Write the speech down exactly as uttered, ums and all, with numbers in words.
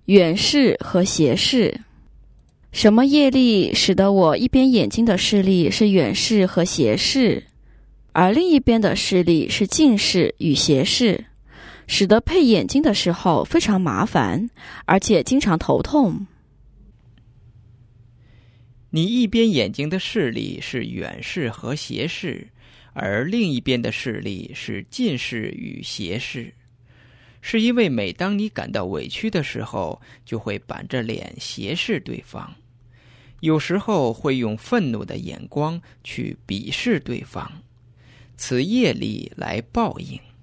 远视和斜视。什么业力使得我一边眼睛的视力是远视和斜视，而另一边的视力是近视与斜视，使得配眼睛的时候非常麻烦，而且经常头痛？ 你一边眼睛的视力是远视和斜视，而另一边的视力是近视与斜视，是因为每当你感到委屈的时候，就会板着脸斜视对方，有时候会用愤怒的眼光去鄙视对方，此业力来报应。